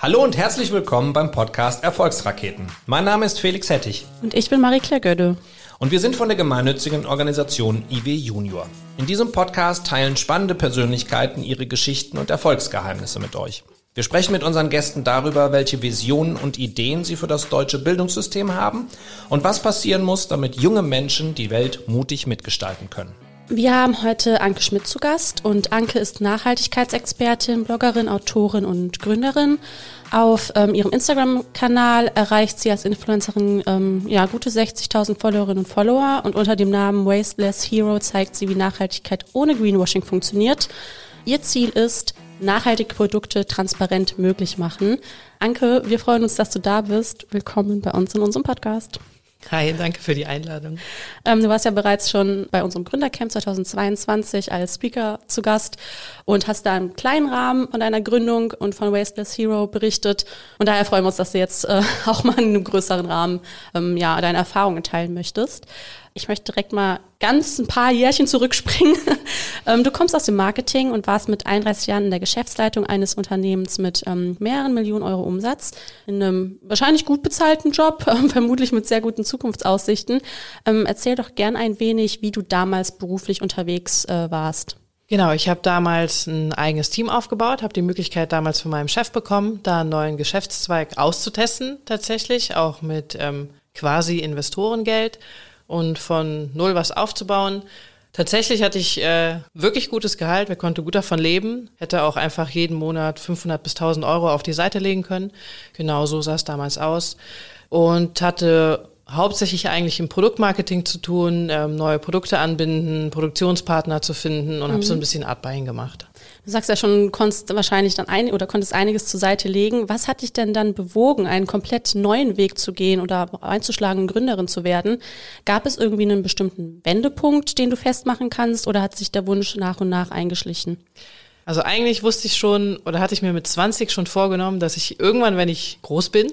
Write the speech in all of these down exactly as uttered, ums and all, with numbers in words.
Hallo und herzlich willkommen beim Podcast Erfolgsraketen. Mein Name ist Felix Hettich. Und ich bin Marie-Claire Gödde. Und wir sind von der gemeinnützigen Organisation I W Junior. In diesem Podcast teilen spannende Persönlichkeiten ihre Geschichten und Erfolgsgeheimnisse mit euch. Wir sprechen mit unseren Gästen darüber, welche Visionen und Ideen sie für das deutsche Bildungssystem haben und was passieren muss, damit junge Menschen die Welt mutig mitgestalten können. Wir haben heute Anke Schmidt zu Gast und Anke ist Nachhaltigkeitsexpertin, Bloggerin, Autorin und Gründerin. Auf ähm, ihrem Instagram-Kanal erreicht sie als Influencerin ähm, ja, gute sechzigtausend Followerinnen und Follower und unter dem Namen Wasteless Hero zeigt sie, wie Nachhaltigkeit ohne Greenwashing funktioniert. Ihr Ziel ist, nachhaltige Produkte transparent möglich machen. Anke, wir freuen uns, dass du da bist. Willkommen bei uns in unserem Podcast. Hi, danke für die Einladung. Ähm, du warst ja bereits schon bei unserem Gründercamp zweitausendzweiundzwanzig als Speaker zu Gast und hast da einen kleinen Rahmen von deiner Gründung und von Wasteless Hero berichtet. Und daher freuen wir uns, dass du jetzt äh, auch mal in einem größeren Rahmen ähm, ja, deine Erfahrungen teilen möchtest. Ich möchte direkt mal ganz ein paar Jährchen zurückspringen. ähm, du kommst aus dem Marketing und warst mit einunddreißig Jahren in der Geschäftsleitung eines Unternehmens mit ähm, mehreren Millionen Euro Umsatz, in einem wahrscheinlich gut bezahlten Job, ähm, vermutlich mit sehr guten Zukunftsaussichten. Ähm, erzähl doch gern ein wenig, wie du damals beruflich unterwegs äh, warst. Genau, ich habe damals ein eigenes Team aufgebaut, habe die Möglichkeit damals von meinem Chef bekommen, da einen neuen Geschäftszweig auszutesten tatsächlich, auch mit ähm, quasi Investorengeld. Und von null was aufzubauen. Tatsächlich hatte ich äh, wirklich gutes Gehalt, wir konnten gut davon leben, hätte auch einfach jeden Monat fünfhundert bis tausend Euro auf die Seite legen können. Genau so sah es damals aus. Und hatte hauptsächlich eigentlich im Produktmarketing zu tun, ähm, neue Produkte anbinden, Produktionspartner zu finden und mhm. habe so ein bisschen Art-Buying gemacht. Du sagst ja schon, du konntest wahrscheinlich dann ein oder konntest einiges zur Seite legen. Was hat dich denn dann bewogen, einen komplett neuen Weg zu gehen oder einzuschlagen und Gründerin zu werden? Gab es irgendwie einen bestimmten Wendepunkt, den du festmachen kannst, oder hat sich der Wunsch nach und nach eingeschlichen? Also eigentlich wusste ich schon oder hatte ich mir mit zwanzig schon vorgenommen, dass ich irgendwann, wenn ich groß bin,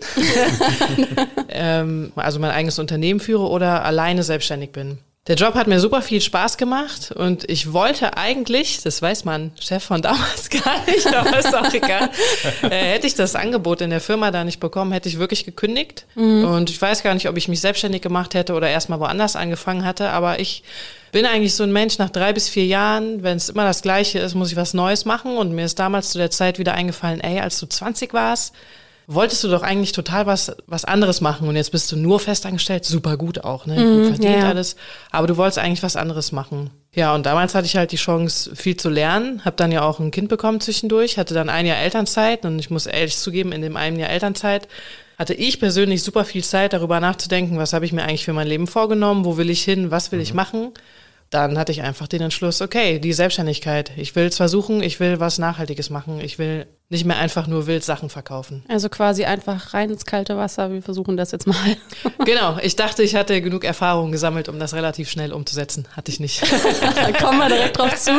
ähm, also mein eigenes Unternehmen führe oder alleine selbstständig bin. Der Job hat mir super viel Spaß gemacht und ich wollte eigentlich, das weiß mein Chef von damals gar nicht, aber ist auch egal, äh, hätte ich das Angebot in der Firma da nicht bekommen, hätte ich wirklich gekündigt. Mhm. Und ich weiß gar nicht, ob ich mich selbstständig gemacht hätte oder erstmal woanders angefangen hatte, aber ich bin eigentlich so ein Mensch, nach drei bis vier Jahren, wenn es immer das Gleiche ist, muss ich was Neues machen. Und mir ist damals zu der Zeit wieder eingefallen, ey, als du zwanzig warst, wolltest du doch eigentlich total was was anderes machen und jetzt bist du nur festangestellt, super gut auch, ne, mm, gut verdient ja. alles, aber du wolltest eigentlich was anderes machen. Ja, und damals hatte ich halt die Chance, viel zu lernen, habe dann ja auch ein Kind bekommen zwischendurch, hatte dann ein Jahr Elternzeit und ich muss ehrlich zugeben, in dem einen Jahr Elternzeit hatte ich persönlich super viel Zeit, darüber nachzudenken, was habe ich mir eigentlich für mein Leben vorgenommen, wo will ich hin, was will mhm. ich machen. Dann hatte ich einfach den Entschluss, okay, die Selbstständigkeit. Ich will zwar suchen, ich will was Nachhaltiges machen. Ich will nicht mehr einfach nur wild Sachen verkaufen. Also quasi einfach rein ins kalte Wasser. Wir versuchen das jetzt mal. Genau, ich dachte, ich hatte genug Erfahrung gesammelt, um das relativ schnell umzusetzen. Hatte ich nicht. Dann kommen wir direkt drauf zu.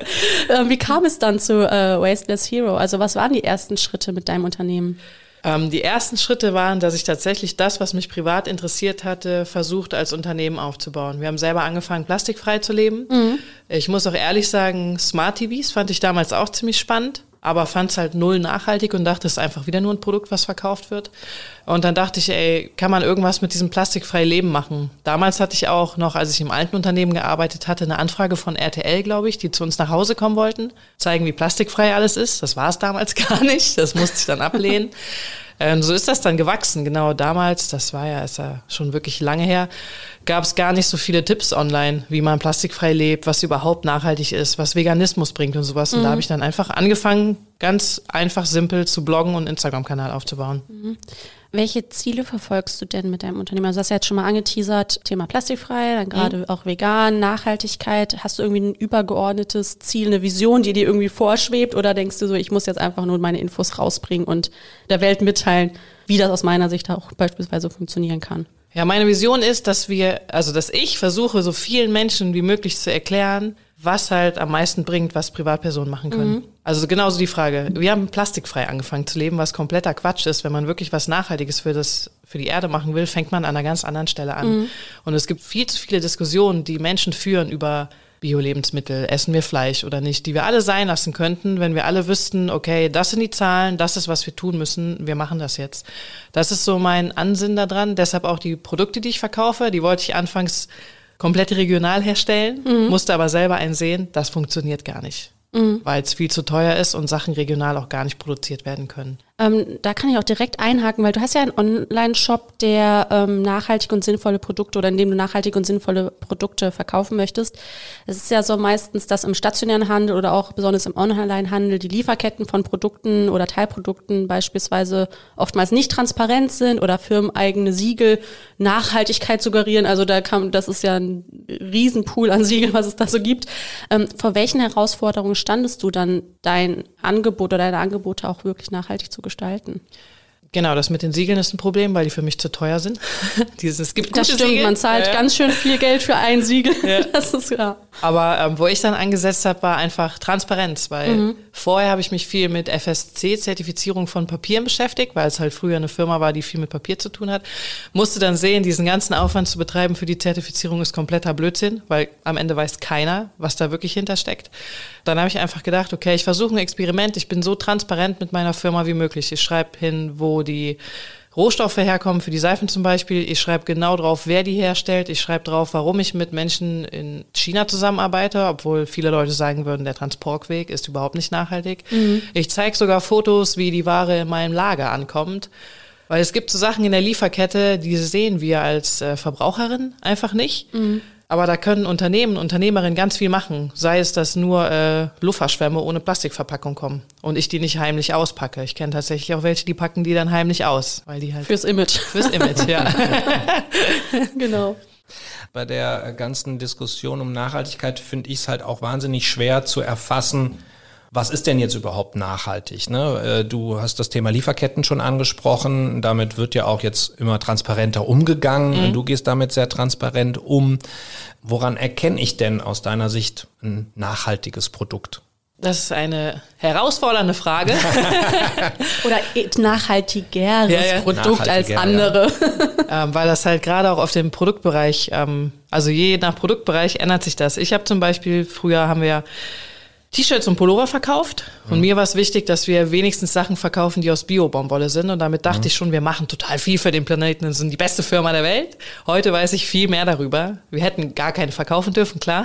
Wie kam es dann zu äh, Wasteless Hero? Also was waren die ersten Schritte mit deinem Unternehmen? Ähm, die ersten Schritte waren, dass ich tatsächlich das, was mich privat interessiert hatte, versucht als Unternehmen aufzubauen. Wir haben selber angefangen, plastikfrei zu leben. Mhm. Ich muss auch ehrlich sagen, Smart T Vs fand ich damals auch ziemlich spannend, aber fand es halt null nachhaltig und dachte, es ist einfach wieder nur ein Produkt, was verkauft wird. Und dann dachte ich, ey, kann man irgendwas mit diesem plastikfreien Leben machen? Damals hatte ich auch noch, als ich im alten Unternehmen gearbeitet hatte, eine Anfrage von R T L, glaube ich, die zu uns nach Hause kommen wollten, zeigen, wie plastikfrei alles ist. Das war es damals gar nicht, das musste ich dann ablehnen. Ähm, so ist das dann gewachsen. Genau damals, das war ja, ist ja schon wirklich lange her, gab es gar nicht so viele Tipps online, wie man plastikfrei lebt, was überhaupt nachhaltig ist, was Veganismus bringt und sowas. Und mhm. da habe ich dann einfach angefangen, ganz einfach, simpel zu bloggen und einen Instagram-Kanal aufzubauen. Mhm. Welche Ziele verfolgst du denn mit deinem Unternehmen? Also du hast ja jetzt schon mal angeteasert, Thema plastikfrei, dann gerade mhm. auch vegan, Nachhaltigkeit. Hast du irgendwie ein übergeordnetes Ziel, eine Vision, die dir irgendwie vorschwebt? Oder denkst du so, ich muss jetzt einfach nur meine Infos rausbringen und der Welt mitteilen, wie das aus meiner Sicht auch beispielsweise funktionieren kann? Ja, meine Vision ist, dass wir, also dass ich versuche, so vielen Menschen wie möglich zu erklären, was halt am meisten bringt, was Privatpersonen machen können. Mhm. Also genauso die Frage, wir haben plastikfrei angefangen zu leben, was kompletter Quatsch ist. Wenn man wirklich was Nachhaltiges für das für die Erde machen will, fängt man an einer ganz anderen Stelle an. Mhm. Und es gibt viel zu viele Diskussionen, die Menschen führen über Bio-Lebensmittel, essen wir Fleisch oder nicht, die wir alle sein lassen könnten, wenn wir alle wüssten, okay, das sind die Zahlen, das ist, was wir tun müssen, wir machen das jetzt. Das ist so mein Ansinnen daran, deshalb auch die Produkte, die ich verkaufe, die wollte ich anfangs komplett regional herstellen, mhm. musste aber selber einsehen, das funktioniert gar nicht, mhm. weil es viel zu teuer ist und Sachen regional auch gar nicht produziert werden können. Ähm, da kann ich auch direkt einhaken, weil du hast ja einen Online-Shop, der ähm, nachhaltige und sinnvolle Produkte oder in dem du nachhaltige und sinnvolle Produkte verkaufen möchtest. Es ist ja so meistens, dass im stationären Handel oder auch besonders im Online-Handel die Lieferketten von Produkten oder Teilprodukten beispielsweise oftmals nicht transparent sind oder firmeneigene Siegel Nachhaltigkeit suggerieren. Also da kann, das ist ja ein Riesenpool an Siegeln, was es da so gibt. Ähm, vor welchen Herausforderungen standest du dann, dein Angebot oder deine Angebote auch wirklich nachhaltig zu gestalten? Genau, das mit den Siegeln ist ein Problem, weil die für mich zu teuer sind. Dieses, es gibt das stimmt, Siegel. Man zahlt ja. ganz schön viel Geld für ein Siegel. Ja. Das ist ja. Aber ähm, wo ich dann angesetzt habe, war einfach Transparenz, weil mhm. vorher habe ich mich viel mit F S C-Zertifizierung von Papieren beschäftigt, weil es halt früher eine Firma war, die viel mit Papier zu tun hat. Musste dann sehen, diesen ganzen Aufwand zu betreiben für die Zertifizierung ist kompletter Blödsinn, weil am Ende weiß keiner, was da wirklich hintersteckt. Dann habe ich einfach gedacht, okay, ich versuche ein Experiment, ich bin so transparent mit meiner Firma wie möglich. Ich schreibe hin, wo die Rohstoffe herkommen, für die Seifen zum Beispiel. Ich schreibe genau drauf, wer die herstellt. Ich schreibe drauf, warum ich mit Menschen in China zusammenarbeite, obwohl viele Leute sagen würden, der Transportweg ist überhaupt nicht nachhaltig. Mhm. Ich zeige sogar Fotos, wie die Ware in meinem Lager ankommt. Weil es gibt so Sachen in der Lieferkette, die sehen wir als äh, Verbraucherin einfach nicht. Mhm. Aber da können Unternehmen, Unternehmerinnen ganz viel machen. Sei es, dass nur äh, Luftverschwämme ohne Plastikverpackung kommen und ich die nicht heimlich auspacke. Ich kenne tatsächlich auch welche, die packen die dann heimlich aus. Weil die halt fürs Image. Fürs Image, ja. Genau. Bei der ganzen Diskussion um Nachhaltigkeit finde ich es halt auch wahnsinnig schwer zu erfassen, was ist denn jetzt überhaupt nachhaltig? Ne? Du hast das Thema Lieferketten schon angesprochen. Damit wird ja auch jetzt immer transparenter umgegangen. Mhm. Du gehst damit sehr transparent um. Woran erkenne ich denn aus deiner Sicht ein nachhaltiges Produkt? Das ist eine herausfordernde Frage. Oder nachhaltigeres ja, ja. Produkt Nachhaltiger, als andere. Ja. ähm, weil das halt gerade auch auf dem Produktbereich, ähm, also je nach Produktbereich ändert sich das. Ich habe zum Beispiel, früher haben wir T-Shirts und Pullover verkauft und mhm. mir war es wichtig, dass wir wenigstens Sachen verkaufen, die aus Bio-Baumwolle sind und damit dachte mhm. ich schon, wir machen total viel für den Planeten und sind die beste Firma der Welt. Heute weiß ich viel mehr darüber. Wir hätten gar keine verkaufen dürfen, klar.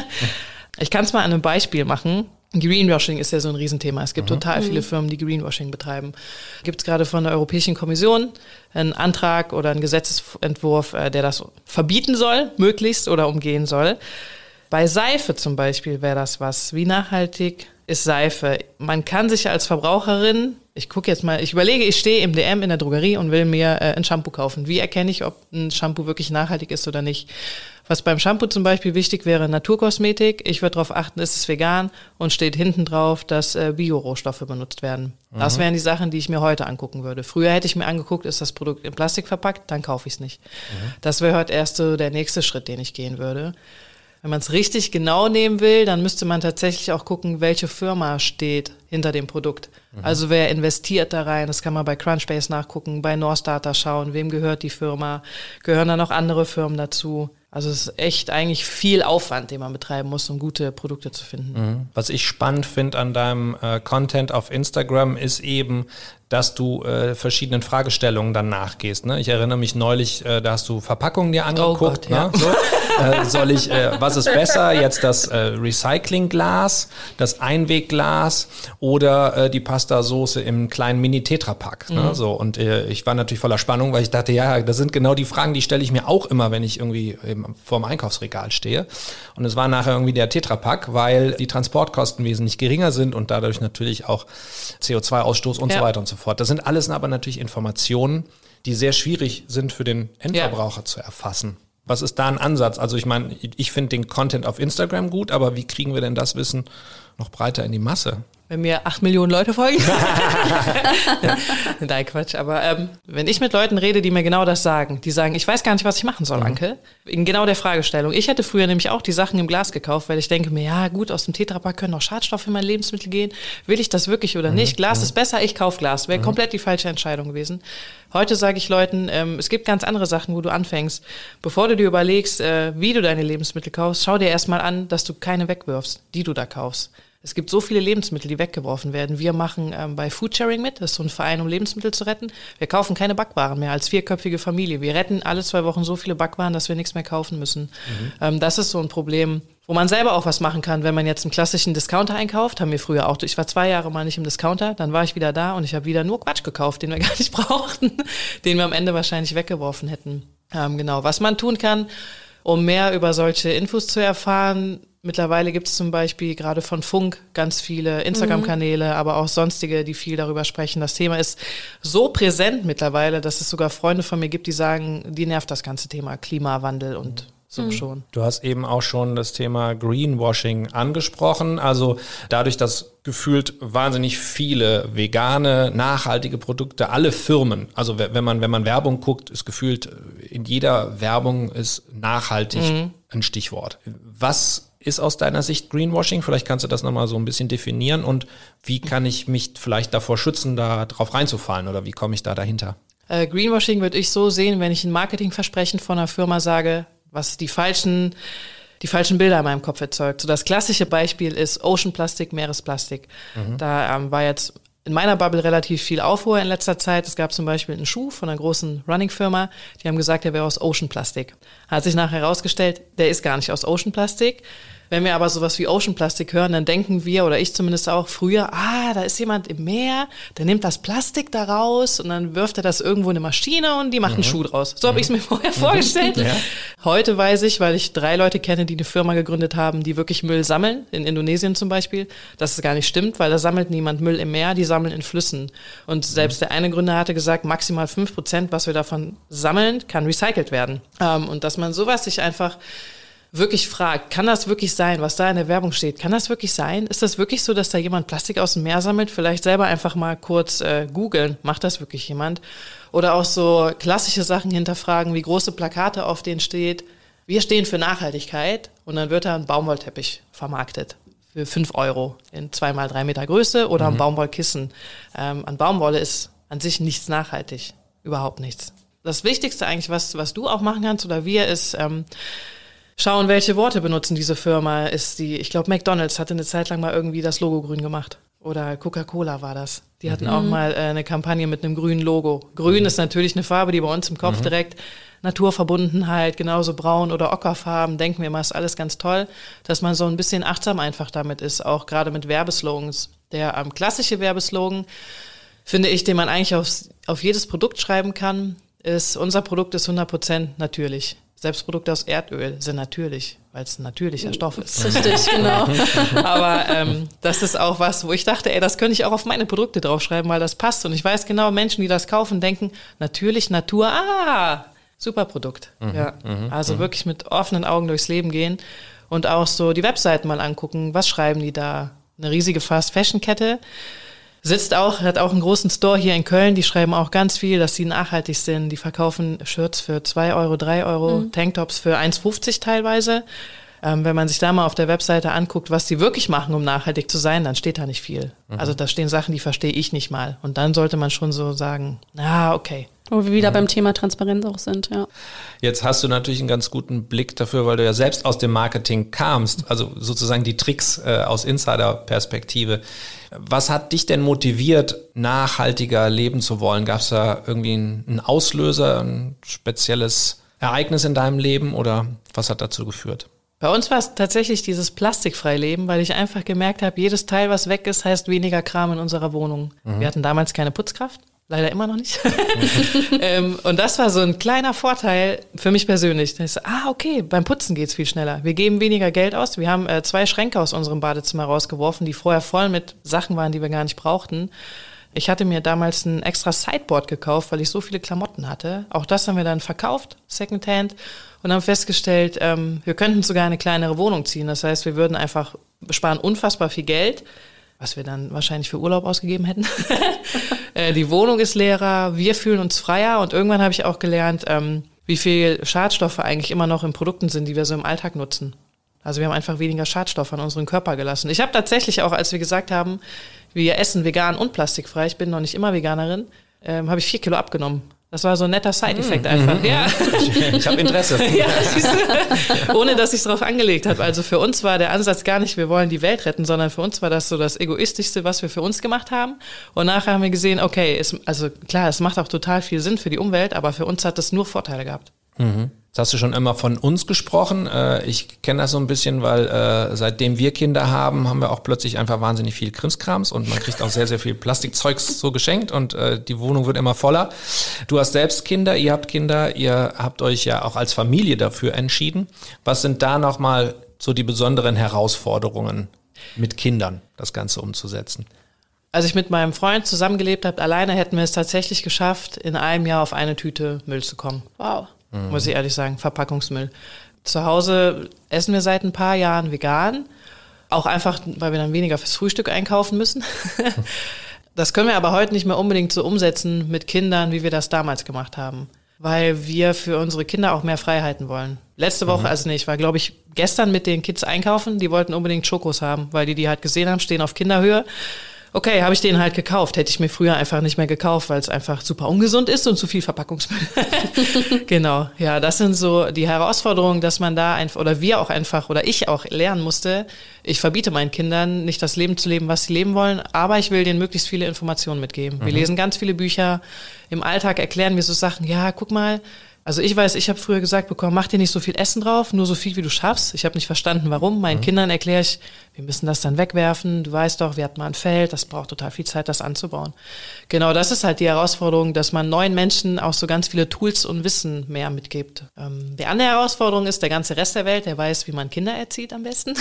Ich kann es mal an einem Beispiel machen. Greenwashing ist ja so ein Riesenthema. Es gibt mhm. total viele Firmen, die Greenwashing betreiben. Gibt es gerade von der Europäischen Kommission einen Antrag oder einen Gesetzesentwurf, der das verbieten soll, möglichst oder umgehen soll. Bei Seife zum Beispiel wäre das was. Wie nachhaltig ist Seife? Man kann sich als Verbraucherin, ich gucke jetzt mal, ich überlege, ich stehe im D M in der Drogerie und will mir äh, ein Shampoo kaufen. Wie erkenne ich, ob ein Shampoo wirklich nachhaltig ist oder nicht? Was beim Shampoo zum Beispiel wichtig wäre, Naturkosmetik. Ich würde darauf achten, ist es vegan und steht hinten drauf, dass äh, Bio-Rohstoffe benutzt werden. Mhm. Das wären die Sachen, die ich mir heute angucken würde. Früher hätte ich mir angeguckt, ist das Produkt in Plastik verpackt, dann kaufe ich es nicht. Mhm. Das wäre heute erst so der nächste Schritt, den ich gehen würde. Wenn man es richtig genau nehmen will, dann müsste man tatsächlich auch gucken, welche Firma steht hinter dem Produkt. Mhm. Also wer investiert da rein, das kann man bei Crunchbase nachgucken, bei North-Data schauen, wem gehört die Firma, gehören da noch andere Firmen dazu. Also es ist echt eigentlich viel Aufwand, den man betreiben muss, um gute Produkte zu finden. Mhm. Was ich spannend finde an deinem äh, Content auf Instagram ist eben, dass du äh, verschiedenen Fragestellungen dann nachgehst. Ne? Ich erinnere mich neulich, äh, da hast du Verpackungen dir angeguckt. Oh Gott, ja. ne? so, äh, soll ich, äh, was ist besser, jetzt das äh, Recyclingglas, das Einwegglas oder äh, die Pasta-Soße im kleinen Mini-Tetra-Pack? Mhm. Ne? So, und äh, ich war natürlich voller Spannung, weil ich dachte, ja, das sind genau die Fragen, die stelle ich mir auch immer, wenn ich irgendwie eben vor dem Einkaufsregal stehe. Und es war nachher irgendwie der Tetra-Pack, weil die Transportkosten wesentlich geringer sind und dadurch natürlich auch C O zwei Ausstoß und ja. so weiter und so fort. Das sind alles aber natürlich Informationen, die sehr schwierig sind für den Endverbraucher ja. zu erfassen. Was ist da ein Ansatz? Also ich meine, ich finde den Content auf Instagram gut, aber wie kriegen wir denn das Wissen noch breiter in die Masse? wenn mir acht Millionen Leute folgen. Nein, Quatsch. Aber ähm, wenn ich mit Leuten rede, die mir genau das sagen, die sagen, ich weiß gar nicht, was ich machen soll, mhm. Anke. Wegen genau der Fragestellung. Ich hätte früher nämlich auch die Sachen im Glas gekauft, weil ich denke mir, ja gut, aus dem Tetrapack können auch Schadstoffe in mein Lebensmittel gehen. Will ich das wirklich oder mhm. nicht? Glas mhm. ist besser, ich kaufe Glas. Wäre mhm. komplett die falsche Entscheidung gewesen. Heute sage ich Leuten, ähm, es gibt ganz andere Sachen, wo du anfängst. Bevor du dir überlegst, äh, wie du deine Lebensmittel kaufst, schau dir erstmal an, dass du keine wegwirfst, die du da kaufst. Es gibt so viele Lebensmittel, die weggeworfen werden. Wir machen ähm, bei Foodsharing mit, das ist so ein Verein, um Lebensmittel zu retten. Wir kaufen keine Backwaren mehr als vierköpfige Familie. Wir retten alle zwei Wochen so viele Backwaren, dass wir nichts mehr kaufen müssen. Mhm. Ähm, das ist so ein Problem, wo man selber auch was machen kann, wenn man jetzt einen klassischen Discounter einkauft. Haben wir früher auch. Ich war zwei Jahre mal nicht im Discounter, dann war ich wieder da und ich habe wieder nur Quatsch gekauft, den wir gar nicht brauchten, den wir am Ende wahrscheinlich weggeworfen hätten. Ähm, genau, was man tun kann, um mehr über solche Infos zu erfahren. Mittlerweile gibt es zum Beispiel gerade von Funk ganz viele Instagram-Kanäle, mhm. aber auch sonstige, die viel darüber sprechen. Das Thema ist so präsent mittlerweile, dass es sogar Freunde von mir gibt, die sagen, die nervt das ganze Thema Klimawandel und so mhm. schon. Du hast eben auch schon das Thema Greenwashing angesprochen. Also dadurch, dass gefühlt wahnsinnig viele vegane, nachhaltige Produkte, alle Firmen, also wenn man, wenn man Werbung guckt, ist gefühlt in jeder Werbung ist nachhaltig mhm. ein Stichwort. Was ist aus deiner Sicht Greenwashing? Vielleicht kannst du das nochmal so ein bisschen definieren und wie kann ich mich vielleicht davor schützen, da drauf reinzufallen oder wie komme ich da dahinter? Äh, Greenwashing würde ich so sehen, wenn ich ein Marketingversprechen von einer Firma sage, was die falschen, die falschen Bilder in meinem Kopf erzeugt. So das klassische Beispiel ist Ocean Plastik, Meeresplastik. Mhm. Da ähm, war jetzt in meiner Bubble relativ viel Aufruhr in letzter Zeit. Es gab zum Beispiel einen Schuh von einer großen Running-Firma, die haben gesagt, der wäre aus Ocean Plastik. Hat sich nachher herausgestellt, der ist gar nicht aus Ocean Plastik. Wenn wir aber sowas wie Ocean Plastik hören, dann denken wir, oder ich zumindest auch früher, ah, da ist jemand im Meer, der nimmt das Plastik da raus und dann wirft er das irgendwo in eine Maschine und die macht mhm. einen Schuh draus. So mhm. habe ich es mir vorher mhm. vorgestellt. Ja. Heute weiß ich, weil ich drei Leute kenne, die eine Firma gegründet haben, die wirklich Müll sammeln, in Indonesien zum Beispiel, dass es gar nicht stimmt, weil da sammelt niemand Müll im Meer, die sammeln in Flüssen. Und selbst der eine Gründer hatte gesagt, maximal fünf Prozent, was wir davon sammeln, kann recycelt werden. Ähm, und dass man sowas sich einfach wirklich fragt, kann das wirklich sein, was da in der Werbung steht? Kann das wirklich sein? Ist das wirklich so, dass da jemand Plastik aus dem Meer sammelt? Vielleicht selber einfach mal kurz äh, googeln. Macht das wirklich jemand? Oder auch so klassische Sachen hinterfragen, wie große Plakate auf denen steht. Wir stehen für Nachhaltigkeit und dann wird da ein Baumwollteppich vermarktet für fünf Euro in zwei mal drei Meter Größe oder mhm. ein Baumwollkissen. Ähm, an Baumwolle ist an sich nichts nachhaltig. Überhaupt nichts. Das Wichtigste eigentlich, was, was du auch machen kannst oder wir, ist ähm, schauen, welche Worte benutzen diese Firma. Ist die, ich glaube, McDonald's hatte eine Zeit lang mal irgendwie das Logo grün gemacht. Oder Coca-Cola war das. Die hatten mhm. auch mal äh, eine Kampagne mit einem grünen Logo. Grün mhm. ist natürlich eine Farbe, die bei uns im Kopf mhm. direkt Naturverbundenheit, genauso braun oder Ockerfarben, denken wir mal, ist alles ganz toll, dass man so ein bisschen achtsam einfach damit ist, auch gerade mit Werbeslogans. Der ähm, klassische Werbeslogan, finde ich, den man eigentlich aufs, auf jedes Produkt schreiben kann, ist, unser Produkt ist hundert Prozent natürlich. Selbstprodukte aus Erdöl sind natürlich, weil es ein natürlicher Stoff ist. Richtig, genau. Aber ähm, das ist auch was, wo ich dachte, ey, das könnte ich auch auf meine Produkte draufschreiben, weil das passt. Und ich weiß genau, Menschen, die das kaufen, denken, natürlich, Natur, ah, super Produkt. Mhm, ja. Mhm, also mhm. wirklich mit offenen Augen durchs Leben gehen und auch so die Webseiten mal angucken, was schreiben die da? Eine riesige Fast-Fashion-Kette. Sitzt auch, hat auch einen großen Store hier in Köln, die schreiben auch ganz viel, dass sie nachhaltig sind. Die verkaufen Shirts für zwei Euro, drei Euro, mhm. Tanktops für eins fünfzig teilweise. Ähm, wenn man sich da mal auf der Webseite anguckt, was die wirklich machen, um nachhaltig zu sein, dann steht da nicht viel. Mhm. Also da stehen Sachen, die verstehe ich nicht mal. Und dann sollte man schon so sagen, ah, okay. Wo wir wieder mhm. beim Thema Transparenz auch sind, ja. Jetzt hast du natürlich einen ganz guten Blick dafür, weil du ja selbst aus dem Marketing kamst, also sozusagen die Tricks äh, aus Insider-Perspektive. Was hat dich denn motiviert, nachhaltiger leben zu wollen? Gab es da irgendwie einen Auslöser, ein spezielles Ereignis in deinem Leben oder was hat dazu geführt? Bei uns war es tatsächlich dieses plastikfreie Leben, weil ich einfach gemerkt habe, jedes Teil, was weg ist, heißt weniger Kram in unserer Wohnung. Mhm. Wir hatten damals keine Putzkraft. Leider immer noch nicht. ähm, und das war so ein kleiner Vorteil für mich persönlich. Da ich so, ah, okay, beim Putzen geht's viel schneller. Wir geben weniger Geld aus. Wir haben äh, zwei Schränke aus unserem Badezimmer rausgeworfen, die vorher voll mit Sachen waren, die wir gar nicht brauchten. Ich hatte mir damals ein extra Sideboard gekauft, weil ich so viele Klamotten hatte. Auch das haben wir dann verkauft, Secondhand, und haben festgestellt, ähm, wir könnten sogar eine kleinere Wohnung ziehen. Das heißt, wir würden einfach, wir sparen unfassbar viel Geld. was wir dann wahrscheinlich für Urlaub ausgegeben hätten. Die Wohnung ist leerer, wir fühlen uns freier und irgendwann habe ich auch gelernt, ähm, wie viel Schadstoffe eigentlich immer noch in Produkten sind, die wir so im Alltag nutzen. Also wir haben einfach weniger Schadstoffe an unseren Körper gelassen. Ich habe tatsächlich auch, als wir gesagt haben, wir essen vegan und plastikfrei, ich bin noch nicht immer Veganerin, ähm, habe ich vier Kilo abgenommen. Das war so ein netter Side-Effekt mm, einfach. Mm, ja. Ich, ich habe Interesse. Ja, siehst du? Ohne, dass ich es drauf angelegt habe. Also für uns war der Ansatz gar nicht, wir wollen die Welt retten, sondern für uns war das so das Egoistischste, was wir für uns gemacht haben. Und nachher haben wir gesehen, okay, es, also klar, es macht auch total viel Sinn für die Umwelt, aber für uns hat es nur Vorteile gehabt. Mhm. Jetzt hast du schon immer von uns gesprochen. Ich kenne das so ein bisschen, weil seitdem wir Kinder haben, haben wir auch plötzlich einfach wahnsinnig viel Krimskrams und man kriegt auch sehr, sehr viel Plastikzeugs so geschenkt und die Wohnung wird immer voller. Du hast selbst Kinder, ihr habt Kinder, ihr habt euch ja auch als Familie dafür entschieden. Was sind da nochmal so die besonderen Herausforderungen mit Kindern, das Ganze umzusetzen? Als ich mit meinem Freund zusammengelebt habe, alleine hätten wir es tatsächlich geschafft, in einem Jahr auf eine Tüte Müll zu kommen. Wow. Muss ich ehrlich sagen, Verpackungsmüll. Zu Hause essen wir seit ein paar Jahren vegan, auch einfach, weil wir dann weniger fürs Frühstück einkaufen müssen. Das können wir aber heute nicht mehr unbedingt so umsetzen mit Kindern, wie wir das damals gemacht haben, weil wir für unsere Kinder auch mehr Freiheiten wollen. Letzte Woche, mhm. also nee, ich war, glaube ich, gestern mit den Kids einkaufen, die wollten unbedingt Schokos haben, weil die die halt gesehen haben, stehen auf Kinderhöhe. Okay, habe ich den halt gekauft. Hätte ich mir früher einfach nicht mehr gekauft, weil es einfach super ungesund ist und zu viel Verpackungsmüll. Genau, ja, das sind so die Herausforderungen, dass man da einfach, oder wir auch einfach, oder ich auch lernen musste. Ich verbiete meinen Kindern nicht das Leben zu leben, was sie leben wollen, aber ich will denen möglichst viele Informationen mitgeben. Mhm. Wir lesen ganz viele Bücher. Im Alltag erklären wir so Sachen, ja, guck mal, also ich weiß, ich habe früher gesagt bekommen, mach dir nicht so viel Essen drauf, nur so viel, wie du schaffst. Ich habe nicht verstanden, warum. Meinen mhm. Kindern erkläre ich, wir müssen das dann wegwerfen. Du weißt doch, wir hatten mal ein Feld, das braucht total viel Zeit, das anzubauen. Genau, das ist halt die Herausforderung, dass man neuen Menschen auch so ganz viele Tools und Wissen mehr mitgibt. Ähm, die andere Herausforderung ist, der ganze Rest der Welt, der weiß, wie man Kinder erzieht am besten.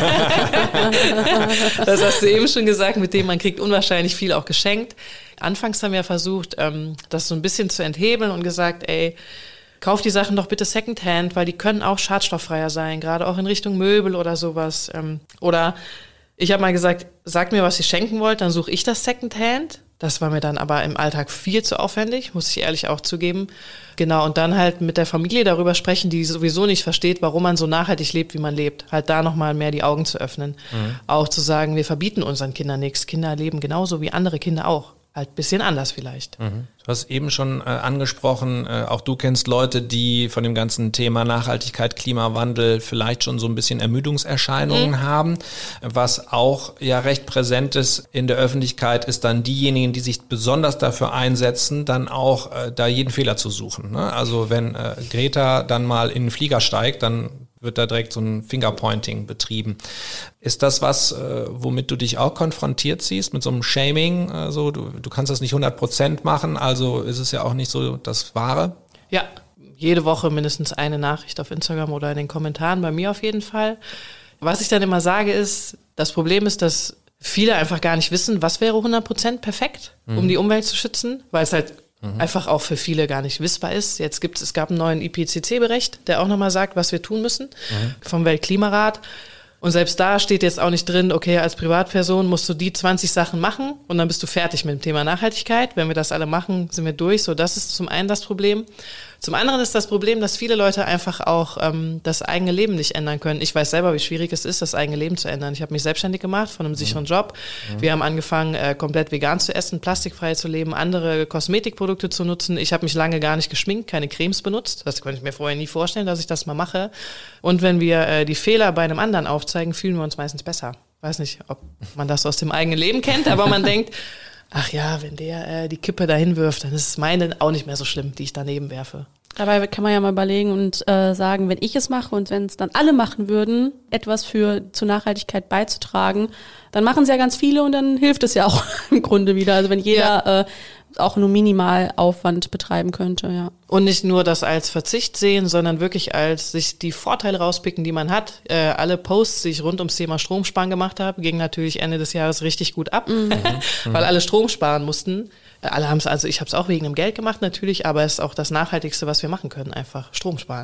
Das hast du eben schon gesagt, mit dem man kriegt unwahrscheinlich viel auch geschenkt. Anfangs haben wir versucht, ähm, das so ein bisschen zu enthebeln und gesagt, ey, kauf die Sachen doch bitte Secondhand, weil die können auch schadstofffreier sein, gerade auch in Richtung Möbel oder sowas. Oder ich habe mal gesagt, sagt mir, was ihr schenken wollt, dann suche ich das Secondhand. Das war mir dann aber im Alltag viel zu aufwendig, muss ich ehrlich auch zugeben. Genau, und dann halt mit der Familie darüber sprechen, die sowieso nicht versteht, warum man so nachhaltig lebt, wie man lebt. Halt da nochmal mehr die Augen zu öffnen. Mhm. Auch zu sagen, wir verbieten unseren Kindern nichts. Kinder leben genauso wie andere Kinder auch. Halt ein bisschen anders vielleicht. Mhm. Du hast eben schon äh, angesprochen, äh, auch du kennst Leute, die von dem ganzen Thema Nachhaltigkeit, Klimawandel vielleicht schon so ein bisschen Ermüdungserscheinungen mhm. haben. Was auch ja recht präsent ist in der Öffentlichkeit, ist dann diejenigen, die sich besonders dafür einsetzen, dann auch äh, da jeden Fehler zu suchen. Ne? Also wenn äh, Greta dann mal in den Flieger steigt, dann wird da direkt so ein Fingerpointing betrieben. Ist das was, äh, womit du dich auch konfrontiert siehst, mit so einem Shaming? Also du, du kannst das nicht hundert Prozent machen, also ist es ja auch nicht so das Wahre? Ja, jede Woche mindestens eine Nachricht auf Instagram oder in den Kommentaren, bei mir auf jeden Fall. Was ich dann immer sage ist, das Problem ist, dass viele einfach gar nicht wissen, was wäre hundert Prozent perfekt, mhm. um die Umwelt zu schützen, weil es halt Mhm. einfach auch für viele gar nicht wissbar ist. Jetzt gibt es, es gab einen neuen I P C C-Bericht, der auch nochmal sagt, was wir tun müssen, mhm. vom Weltklimarat. Und selbst da steht jetzt auch nicht drin, okay, als Privatperson musst du die zwanzig Sachen machen und dann bist du fertig mit dem Thema Nachhaltigkeit. Wenn wir das alle machen, sind wir durch. So, das ist zum einen das Problem. Zum anderen ist das Problem, dass viele Leute einfach auch ähm, das eigene Leben nicht ändern können. Ich weiß selber, wie schwierig es ist, das eigene Leben zu ändern. Ich habe mich selbstständig gemacht von einem sicheren Job. Mhm. Wir haben angefangen, äh, komplett vegan zu essen, plastikfrei zu leben, andere Kosmetikprodukte zu nutzen. Ich habe mich lange gar nicht geschminkt, keine Cremes benutzt. Das konnte ich mir vorher nie vorstellen, dass ich das mal mache. Und wenn wir äh, die Fehler bei einem anderen aufzeigen, fühlen wir uns meistens besser. Weiß nicht, ob man das aus dem eigenen Leben kennt, aber man denkt, ach ja, wenn der äh, die Kippe dahin wirft, dann ist es meine auch nicht mehr so schlimm, die ich daneben werfe. Dabei kann man ja mal überlegen und äh, sagen, wenn ich es mache und wenn es dann alle machen würden, etwas für zur Nachhaltigkeit beizutragen, dann machen es ja ganz viele und dann hilft es ja auch im Grunde wieder. Also wenn jeder ja. äh, auch nur minimal Aufwand betreiben könnte, ja. Und nicht nur das als Verzicht sehen, sondern wirklich als sich die Vorteile rauspicken, die man hat. Äh, alle Posts, die ich rund ums Thema Stromsparen gemacht habe, gingen natürlich Ende des Jahres richtig gut ab, mhm. weil alle Strom sparen mussten. Alle haben es, also ich habe es auch wegen dem Geld gemacht natürlich, aber es ist auch das Nachhaltigste, was wir machen können, einfach Strom sparen.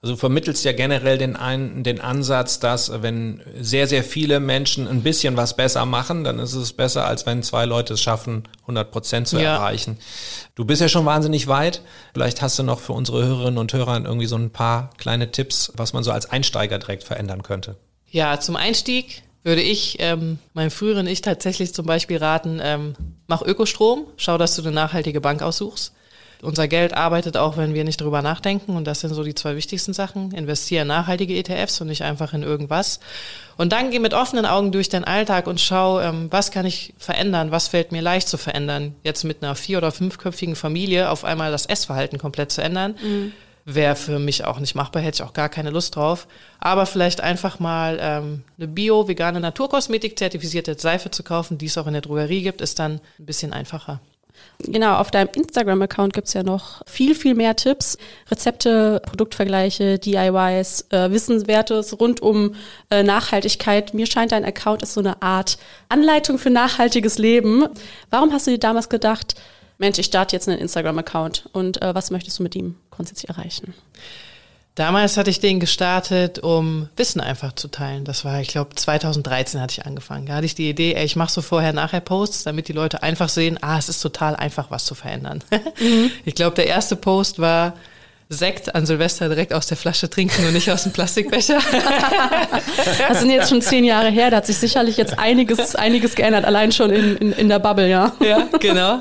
Also du vermittelst ja generell den, ein, den Ansatz, dass wenn sehr, sehr viele Menschen ein bisschen was besser machen, dann ist es besser, als wenn zwei Leute es schaffen, hundert Prozent zu Ja. erreichen. Du bist ja schon wahnsinnig weit. Vielleicht hast du noch für unsere Hörerinnen und Hörer irgendwie so ein paar kleine Tipps, was man so als Einsteiger direkt verändern könnte. Ja, zum Einstieg würde ich ähm, meinem früheren Ich tatsächlich zum Beispiel raten, ähm, mach Ökostrom, schau, dass du eine nachhaltige Bank aussuchst. Unser Geld arbeitet auch, wenn wir nicht drüber nachdenken, und das sind so die zwei wichtigsten Sachen. Investiere in nachhaltige E T Fs und nicht einfach in irgendwas. Und dann geh mit offenen Augen durch deinen Alltag und schau, ähm, was kann ich verändern, was fällt mir leicht zu verändern. Jetzt mit einer vier- oder fünfköpfigen Familie auf einmal das Essverhalten komplett zu ändern, mhm. wäre für mich auch nicht machbar, hätte ich auch gar keine Lust drauf. Aber vielleicht einfach mal ähm, eine bio, vegane Naturkosmetik zertifizierte Seife zu kaufen, die es auch in der Drogerie gibt, ist dann ein bisschen einfacher. Genau, auf deinem Instagram-Account gibt's ja noch viel, viel mehr Tipps, Rezepte, Produktvergleiche, D I Ys, äh, Wissenswertes rund um äh, Nachhaltigkeit. Mir scheint, dein Account ist so eine Art Anleitung für nachhaltiges Leben. Warum hast du dir damals gedacht, Mensch, ich starte jetzt einen Instagram-Account und äh, was möchtest du mit ihm grundsätzlich erreichen? Damals hatte ich den gestartet, um Wissen einfach zu teilen. Das war, ich glaube, zweitausenddreizehn hatte ich angefangen. Da hatte ich die Idee, ey, ich mache so Vorher-Nachher-Posts, damit die Leute einfach sehen, ah, es ist total einfach, was zu verändern. Mhm. Ich glaube, der erste Post war Sekt an Silvester direkt aus der Flasche trinken und nicht aus dem Plastikbecher. Das sind jetzt schon zehn Jahre her, da hat sich sicherlich jetzt einiges, einiges geändert, allein schon in, in, in der Bubble, ja. Ja, genau.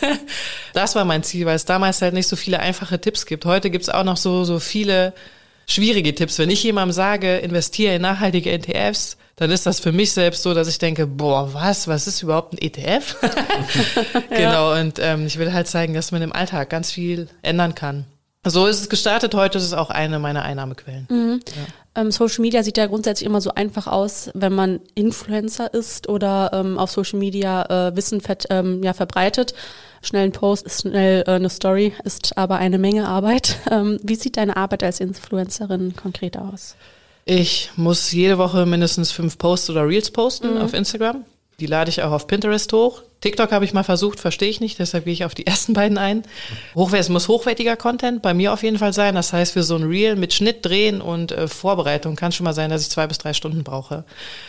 Das war mein Ziel, weil es damals halt nicht so viele einfache Tipps gibt. Heute gibt es auch noch so, so viele schwierige Tipps. Wenn ich jemandem sage, investiere in nachhaltige E T Fs, dann ist das für mich selbst so, dass ich denke, boah, was, was ist überhaupt ein E T F? Genau, ja. Und ähm, ich will halt zeigen, dass man im Alltag ganz viel ändern kann. So ist es gestartet, heute ist es auch eine meiner Einnahmequellen. Mhm. Ja. Ähm, Social Media sieht ja grundsätzlich immer so einfach aus, wenn man Influencer ist oder ähm, auf Social Media äh, Wissen ver- ähm, ja, verbreitet. Schnell ein Post ist schnell äh, eine Story, ist aber eine Menge Arbeit. Ähm, wie sieht deine Arbeit als Influencerin konkret aus? Ich muss jede Woche mindestens fünf Posts oder Reels posten mhm. auf Instagram. Die lade ich auch auf Pinterest hoch. TikTok habe ich mal versucht, verstehe ich nicht, deshalb gehe ich auf die ersten beiden ein. Hochwert, es muss hochwertiger Content bei mir auf jeden Fall sein. Das heißt, für so ein Reel mit Schnitt, Drehen und äh, Vorbereitung kann schon mal sein, dass ich zwei bis drei Stunden brauche.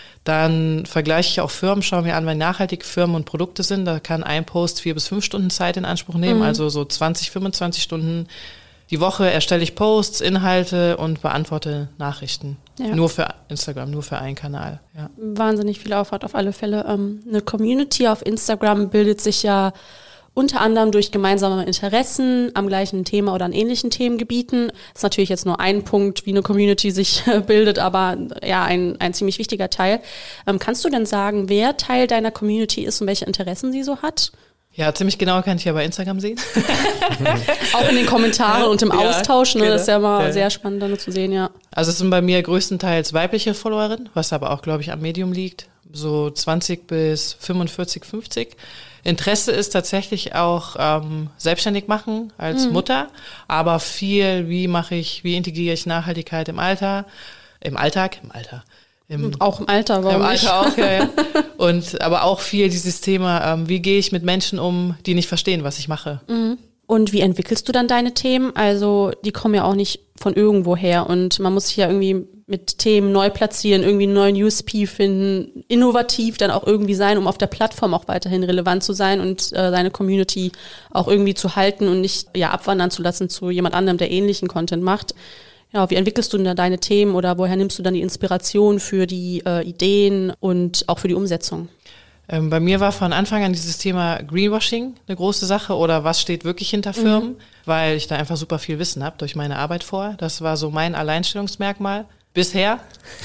Dann vergleiche ich auch Firmen, schaue mir an, wenn nachhaltige Firmen und Produkte sind. Da kann ein Post vier bis fünf Stunden Zeit in Anspruch nehmen, mhm. also so zwanzig, fünfundzwanzig Stunden. Die Woche erstelle ich Posts, Inhalte und beantworte Nachrichten. Ja. Nur für Instagram, nur für einen Kanal. Ja. Wahnsinnig viel Aufwand auf alle Fälle. Ähm, eine Community auf Instagram bildet sich ja unter anderem durch gemeinsame Interessen am gleichen Thema oder an ähnlichen Themengebieten. Das ist natürlich jetzt nur ein Punkt, wie eine Community sich bildet, aber ja, ein, ein ziemlich wichtiger Teil. Ähm, kannst du denn sagen, wer Teil deiner Community ist und welche Interessen sie so hat? Ja, ziemlich genau kann ich ja bei Instagram sehen. Auch in den Kommentaren und im ja, Austausch, ne? Genau. Das ist ja mal ja. sehr spannend dann zu sehen, ja. Also es sind bei mir größtenteils weibliche Followerinnen, was aber auch, glaube ich, am Medium liegt. So zwanzig bis fünfundvierzig, fünfzig. Interesse ist tatsächlich auch ähm, selbstständig machen als mhm. Mutter, aber viel, wie mache ich, wie integriere ich Nachhaltigkeit im Alter, im Alltag, im Alter. Im, auch im Alter, warum Im nicht? Alter auch, ja, ja. Und aber auch viel dieses Thema, ähm, wie gehe ich mit Menschen um, die nicht verstehen, was ich mache. Mhm. Und wie entwickelst du dann deine Themen? Also die kommen ja auch nicht von irgendwo her und man muss sich ja irgendwie mit Themen neu platzieren, irgendwie einen neuen U S P finden, innovativ dann auch irgendwie sein, um auf der Plattform auch weiterhin relevant zu sein und äh, seine Community auch irgendwie zu halten und nicht ja abwandern zu lassen zu jemand anderem, der ähnlichen Content macht. Ja, wie entwickelst du denn da deine Themen oder woher nimmst du dann die Inspiration für die äh, Ideen und auch für die Umsetzung? Ähm, bei mir war von Anfang an dieses Thema Greenwashing eine große Sache oder was steht wirklich hinter Firmen, mhm. weil ich da einfach super viel Wissen habe durch meine Arbeit vor. Das war so mein Alleinstellungsmerkmal bisher.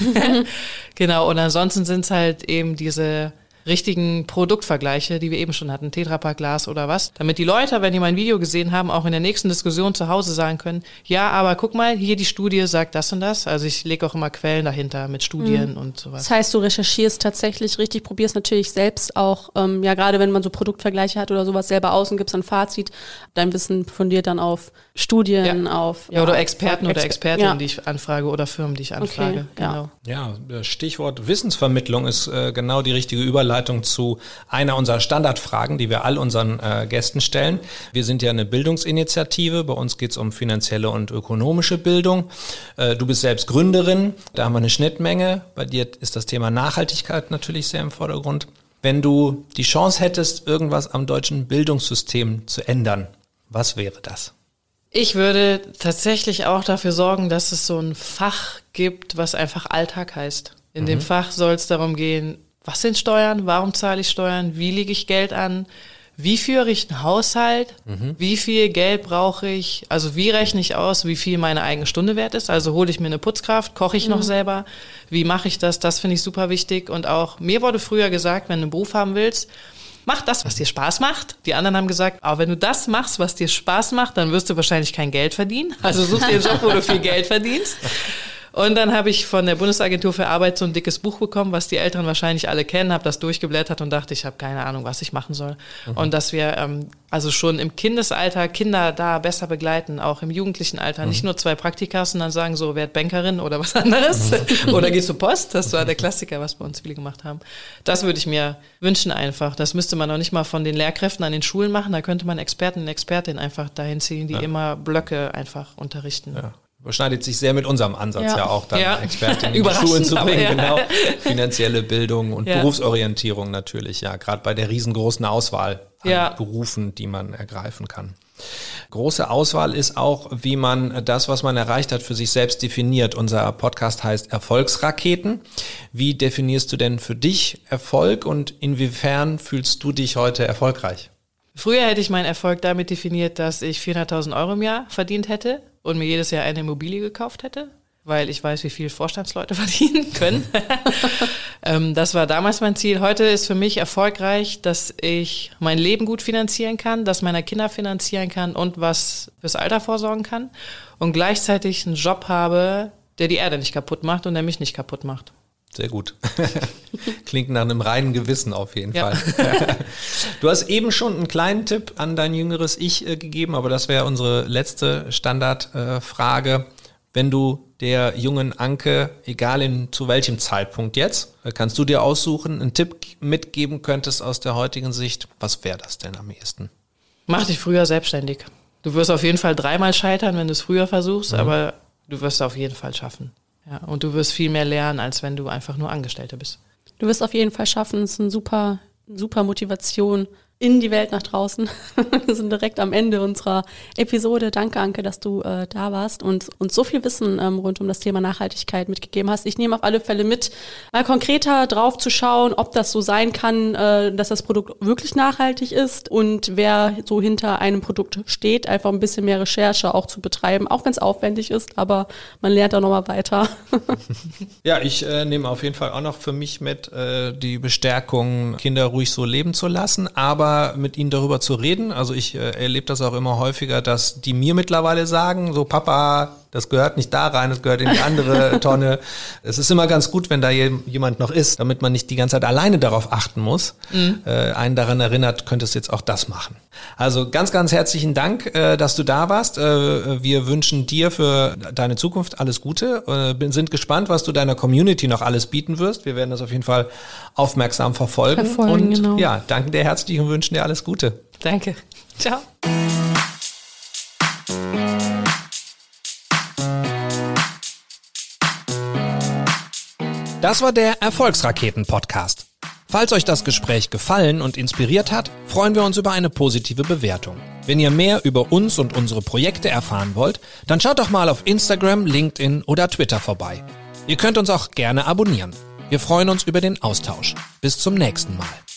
Genau, und ansonsten sind es halt eben diese richtigen Produktvergleiche, die wir eben schon hatten, Tetra Pak Glas oder was, damit die Leute, wenn die mein Video gesehen haben, auch in der nächsten Diskussion zu Hause sagen können, ja, aber guck mal, hier die Studie sagt das und das. Also ich lege auch immer Quellen dahinter mit Studien mhm. und sowas. Das heißt, du recherchierst tatsächlich richtig, probierst natürlich selbst auch, ähm, ja gerade wenn man so Produktvergleiche hat oder sowas selber aus und gibst ein Fazit, dein Wissen fundiert dann auf Studien, ja. auf... Ja, oder Experten oder Exper- Expertinnen, ja. die ich anfrage oder Firmen, die ich anfrage. Okay, genau. Ja, ja, Stichwort Wissensvermittlung ist äh, genau die richtige Überleitung Überleitung zu einer unserer Standardfragen, die wir all unseren äh, Gästen stellen. Wir sind ja eine Bildungsinitiative. Bei uns geht es um finanzielle und ökonomische Bildung. Äh, du bist selbst Gründerin. Da haben wir eine Schnittmenge. Bei dir ist das Thema Nachhaltigkeit natürlich sehr im Vordergrund. Wenn du die Chance hättest, irgendwas am deutschen Bildungssystem zu ändern, was wäre das? Ich würde tatsächlich auch dafür sorgen, dass es so ein Fach gibt, was einfach Alltag heißt. In mhm. dem Fach soll es darum gehen, was sind Steuern, warum zahle ich Steuern, wie lege ich Geld an, wie führe ich einen Haushalt, mhm. wie viel Geld brauche ich, also wie rechne ich aus, wie viel meine eigene Stunde wert ist, also hole ich mir eine Putzkraft, koche ich mhm. noch selber, wie mache ich das, das finde ich super wichtig. Und auch mir wurde früher gesagt, wenn du einen Beruf haben willst, mach das, was dir Spaß macht. Die anderen haben gesagt, aber wenn du das machst, was dir Spaß macht, dann wirst du wahrscheinlich kein Geld verdienen. Also such dir einen Job, wo du viel Geld verdienst. Und dann habe ich von der Bundesagentur für Arbeit so ein dickes Buch bekommen, was die Älteren wahrscheinlich alle kennen, habe das durchgeblättert und dachte, ich habe keine Ahnung, was ich machen soll. Mhm. Und dass wir ähm, also schon im Kindesalter Kinder da besser begleiten, auch im jugendlichen Alter. Mhm. Nicht nur zwei Praktikas und dann sagen so, werd Bankerin oder was anderes. Mhm. Oder gehst du Post? Das war der Klassiker, was bei uns viele gemacht haben. Das würde ich mir wünschen einfach. Das müsste man auch nicht mal von den Lehrkräften an den Schulen machen. Da könnte man Experten und Expertinnen einfach dahin ziehen, die ja. immer Blöcke einfach unterrichten. Ja. Überschneidet sich sehr mit unserem Ansatz ja, ja auch, dann ja. Expertinnen in die Schulen zu bringen, ja. genau. Finanzielle Bildung und ja. Berufsorientierung natürlich, ja, gerade bei der riesengroßen Auswahl an ja. Berufen, die man ergreifen kann. Große Auswahl ist auch, wie man das, was man erreicht hat, für sich selbst definiert. Unser Podcast heißt Erfolgsraketen. Wie definierst du denn für dich Erfolg und inwiefern fühlst du dich heute erfolgreich? Früher hätte ich meinen Erfolg damit definiert, dass ich vierhunderttausend Euro im Jahr verdient hätte und mir jedes Jahr eine Immobilie gekauft hätte, weil ich weiß, wie viel Vorstandsleute verdienen können. ähm, das war damals mein Ziel. Heute ist für mich erfolgreich, dass ich mein Leben gut finanzieren kann, dass meine Kinder finanzieren kann und was fürs Alter vorsorgen kann und gleichzeitig einen Job habe, der die Erde nicht kaputt macht und der mich nicht kaputt macht. Sehr gut. Klingt nach einem reinen Gewissen auf jeden ja. Fall. Du hast eben schon einen kleinen Tipp an dein jüngeres Ich äh, gegeben, aber das wäre unsere letzte Standardfrage. Äh, Wenn du der jungen Anke, egal in zu welchem Zeitpunkt jetzt, äh, kannst du dir aussuchen, einen Tipp mitgeben könntest aus der heutigen Sicht, was wäre das denn am ehesten? Mach dich früher selbstständig. Du wirst auf jeden Fall dreimal scheitern, wenn du es früher versuchst, mhm. aber du wirst es auf jeden Fall schaffen. Ja, und du wirst viel mehr lernen, als wenn du einfach nur Angestellte bist. Du wirst auf jeden Fall schaffen. Es ist eine super, super Motivation in die Welt nach draußen. Wir sind direkt am Ende unserer Episode. Danke, Anke, dass du äh, da warst und uns so viel Wissen ähm, rund um das Thema Nachhaltigkeit mitgegeben hast. Ich nehme auf alle Fälle mit, mal konkreter drauf zu schauen, ob das so sein kann, äh, dass das Produkt wirklich nachhaltig ist und wer so hinter einem Produkt steht. Einfach ein bisschen mehr Recherche auch zu betreiben, auch wenn es aufwendig ist, aber man lernt auch nochmal weiter. Ja, ich äh, nehme auf jeden Fall auch noch für mich mit äh, die Bestärkung, Kinder ruhig so leben zu lassen, aber mit ihnen darüber zu reden. Also ich äh, erlebe das auch immer häufiger, dass die mir mittlerweile sagen, so Papa, das gehört nicht da rein, das gehört in die andere Tonne. Es ist immer ganz gut, wenn da jemand noch ist, damit man nicht die ganze Zeit alleine darauf achten muss. Mhm. Äh, einen daran erinnert, könntest jetzt auch das machen. Also ganz, ganz herzlichen Dank, äh, dass du da warst. Äh, wir wünschen dir für deine Zukunft alles Gute. Äh, sind gespannt, was du deiner Community noch alles bieten wirst. Wir werden das auf jeden Fall aufmerksam verfolgen. verfolgen und genau. ja, danke dir herzlich und wünschen dir alles Gute. Danke. Ciao. Das war der Erfolgsraketen-Podcast. Falls euch das Gespräch gefallen und inspiriert hat, freuen wir uns über eine positive Bewertung. Wenn ihr mehr über uns und unsere Projekte erfahren wollt, dann schaut doch mal auf Instagram, LinkedIn oder Twitter vorbei. Ihr könnt uns auch gerne abonnieren. Wir freuen uns über den Austausch. Bis zum nächsten Mal.